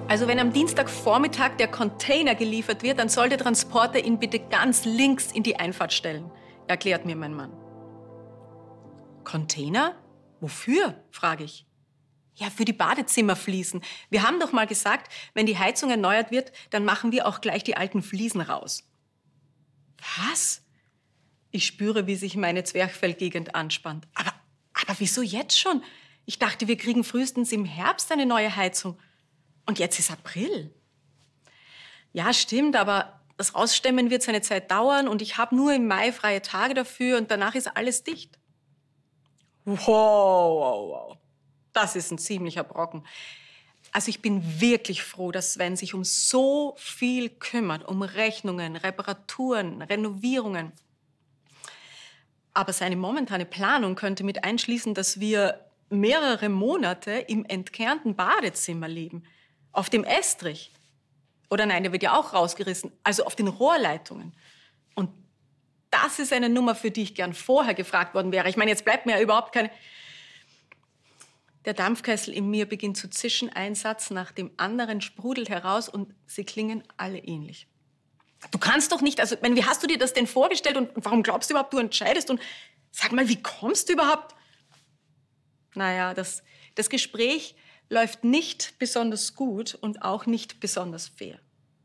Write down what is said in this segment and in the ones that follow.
Also wenn am Dienstagvormittag der Container geliefert wird, dann soll der Transporter ihn bitte ganz links in die Einfahrt stellen, erklärt mir mein Mann. Container? Wofür? Frage ich. Ja, für die Badezimmerfliesen. Wir haben doch mal gesagt, wenn die Heizung erneuert wird, dann machen wir auch gleich die alten Fliesen raus. Was? Ich spüre, wie sich meine Zwerchfellgegend anspannt. Aber wieso jetzt schon? Ich dachte, wir kriegen frühestens im Herbst eine neue Heizung. Und jetzt ist April. Ja, stimmt, aber das Rausstemmen wird seine Zeit dauern und ich habe nur im Mai freie Tage dafür und danach ist alles dicht. Wow. Das ist ein ziemlicher Brocken. Also ich bin wirklich froh, dass Sven sich um so viel kümmert, um Rechnungen, Reparaturen, Renovierungen. Aber seine momentane Planung könnte mit einschließen, dass wir mehrere Monate im entkernten Badezimmer leben. Auf dem Estrich. Oder nein, der wird ja auch rausgerissen. Also auf den Rohrleitungen. Und das ist eine Nummer, für die ich gern vorher gefragt worden wäre. Ich meine, jetzt bleibt mir ja überhaupt keine... Der Dampfkessel in mir beginnt zu zischen. Ein Satz nach dem anderen sprudelt heraus und sie klingen alle ähnlich. Du kannst doch nicht, also wie hast du dir das denn vorgestellt und warum glaubst du überhaupt, du entscheidest? Und sag mal, wie kommst du überhaupt? Naja, das Gespräch läuft nicht besonders gut und auch nicht besonders fair.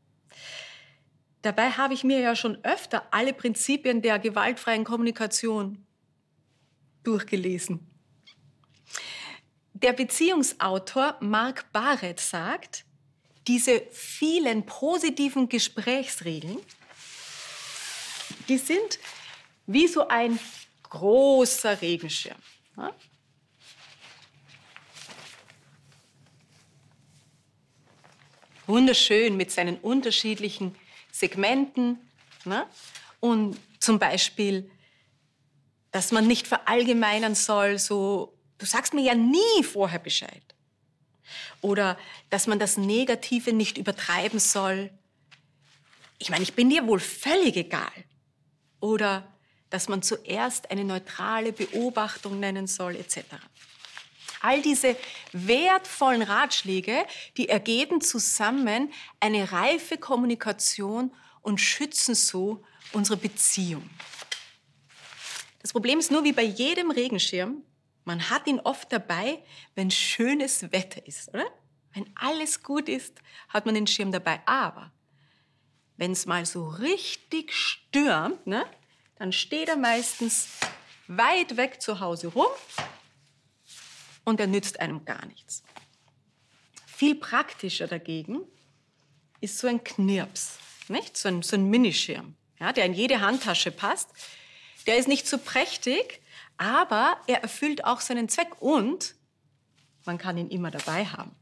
Dabei habe ich mir ja schon öfter alle Prinzipien der gewaltfreien Kommunikation durchgelesen. Der Beziehungsautor Mark Barrett sagt, diese vielen positiven Gesprächsregeln, die sind wie so ein großer Regenschirm. Ja? Wunderschön mit seinen unterschiedlichen Segmenten. Ne? Und zum Beispiel, dass man nicht verallgemeinern soll, so, du sagst mir ja nie vorher Bescheid. Oder dass man das Negative nicht übertreiben soll. Ich meine, ich bin dir wohl völlig egal. Oder dass man zuerst eine neutrale Beobachtung nennen soll, etc. All diese wertvollen Ratschläge, die ergeben zusammen eine reife Kommunikation und schützen so unsere Beziehung. Das Problem ist nur, wie bei jedem Regenschirm, man hat ihn oft dabei, wenn schönes Wetter ist, oder? Wenn alles gut ist, hat man den Schirm dabei. Aber wenn es mal so richtig stürmt, ne, dann steht er meistens weit weg zu Hause rum und er nützt einem gar nichts. Viel praktischer dagegen ist so ein Knirps, nicht? So ein Minischirm, ja, der in jede Handtasche passt. Der ist nicht so prächtig, aber er erfüllt auch seinen Zweck und man kann ihn immer dabei haben.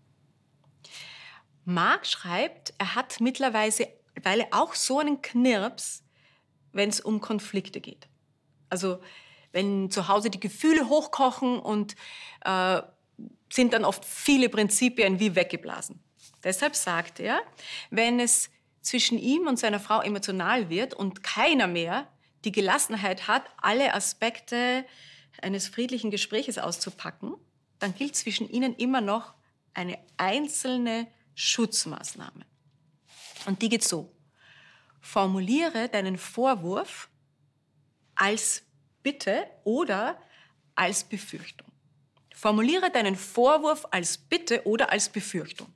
Marc schreibt, er hat mittlerweile auch so einen Knirps, wenn es um Konflikte geht. Also wenn zu Hause die Gefühle hochkochen und sind dann oft viele Prinzipien wie weggeblasen. Deshalb sagt er, wenn es zwischen ihm und seiner Frau emotional wird und keiner mehr die Gelassenheit hat, alle Aspekte eines friedlichen Gespräches auszupacken, dann gilt zwischen ihnen immer noch eine einzelne Schutzmaßnahme. Und die geht so. Formuliere deinen Vorwurf als Bitte oder als Befürchtung. Formuliere deinen Vorwurf als Bitte oder als Befürchtung.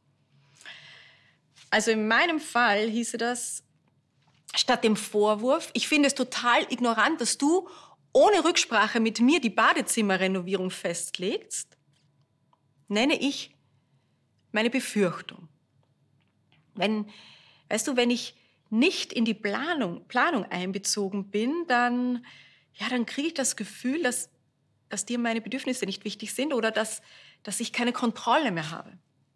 Also in meinem Fall hieße das, statt dem Vorwurf, ich finde es total ignorant, dass du ohne Rücksprache mit mir die Badezimmerrenovierung festlegst, nenne ich meine Befürchtung. Wenn ich nicht in die Planung einbezogen bin, dann kriege ich das Gefühl, dass dir meine Bedürfnisse nicht wichtig sind oder dass ich keine Kontrolle mehr habe.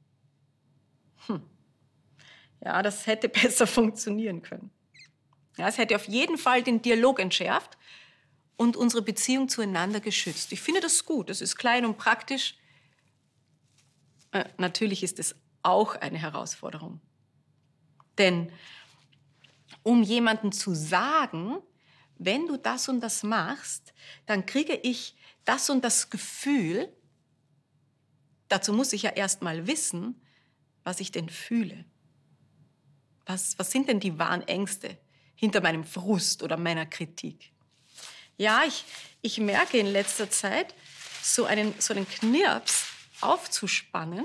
Ja, das hätte besser funktionieren können. Ja, es hätte auf jeden Fall den Dialog entschärft und unsere Beziehung zueinander geschützt. Ich finde das gut. Das ist klein und praktisch. Natürlich ist es auch eine Herausforderung. Denn um jemandem zu sagen, wenn du das und das machst, dann kriege ich das und das Gefühl, dazu muss ich ja erst mal wissen, was ich denn fühle. Was sind denn die wahren Ängste hinter meinem Frust oder meiner Kritik? Ja, ich merke in letzter Zeit, so einen Knirps aufzuspannen.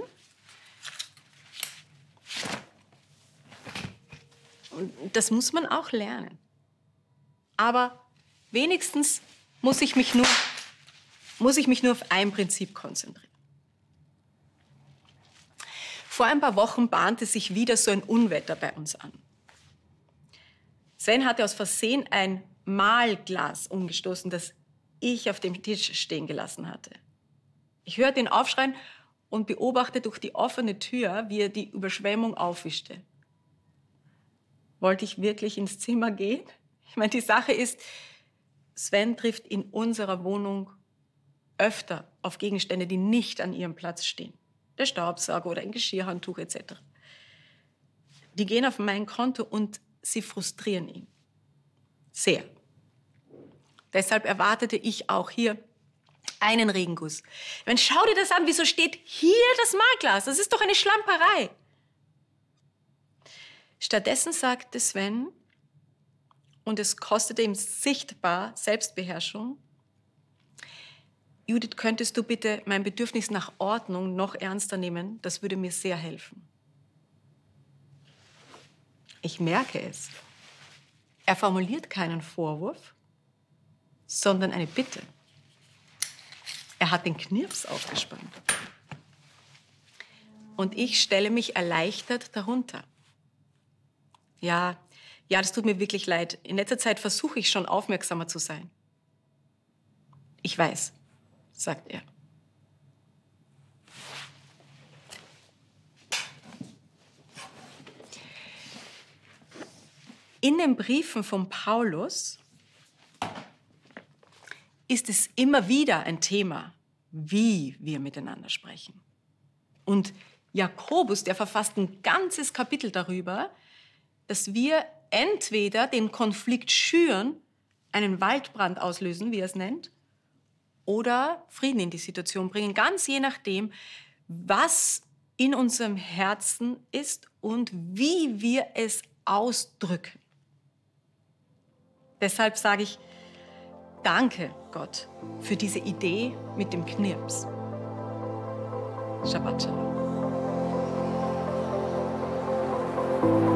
Und das muss man auch lernen. Aber wenigstens muss ich mich nur auf ein Prinzip konzentrieren. Vor ein paar Wochen bahnte sich wieder so ein Unwetter bei uns an. Sven hatte aus Versehen ein Mahlglas umgestoßen, das ich auf dem Tisch stehen gelassen hatte. Ich hörte ihn aufschreien und beobachtete durch die offene Tür, wie er die Überschwemmung aufwischte. Wollte ich wirklich ins Zimmer gehen? Ich meine, die Sache ist, Sven trifft in unserer Wohnung öfter auf Gegenstände, die nicht an ihrem Platz stehen. Der Staubsauger oder ein Geschirrhandtuch etc. Die gehen auf mein Konto und sie frustrieren ihn. Sehr. Deshalb erwartete ich auch hier einen Regenguss. Ich meine, schau dir das an, wieso steht hier das Mahlglas? Das ist doch eine Schlamperei. Stattdessen sagte Sven, und es kostete ihm sichtbar Selbstbeherrschung, Judith, könntest du bitte mein Bedürfnis nach Ordnung noch ernster nehmen? Das würde mir sehr helfen. Ich merke es. Er formuliert keinen Vorwurf, sondern eine Bitte. Er hat den Knirps aufgespannt. Und ich stelle mich erleichtert darunter. Ja, das tut mir wirklich leid. In letzter Zeit versuche ich schon aufmerksamer zu sein. Ich weiß, sagt er. In den Briefen von Paulus ist es immer wieder ein Thema, wie wir miteinander sprechen. Und Jakobus, der verfasst ein ganzes Kapitel darüber, dass wir entweder den Konflikt schüren, einen Waldbrand auslösen, wie er es nennt, oder Frieden in die Situation bringen, ganz je nachdem, was in unserem Herzen ist und wie wir es ausdrücken. Deshalb sage ich, danke Gott für diese Idee mit dem Knirps. Shabbat Shalom.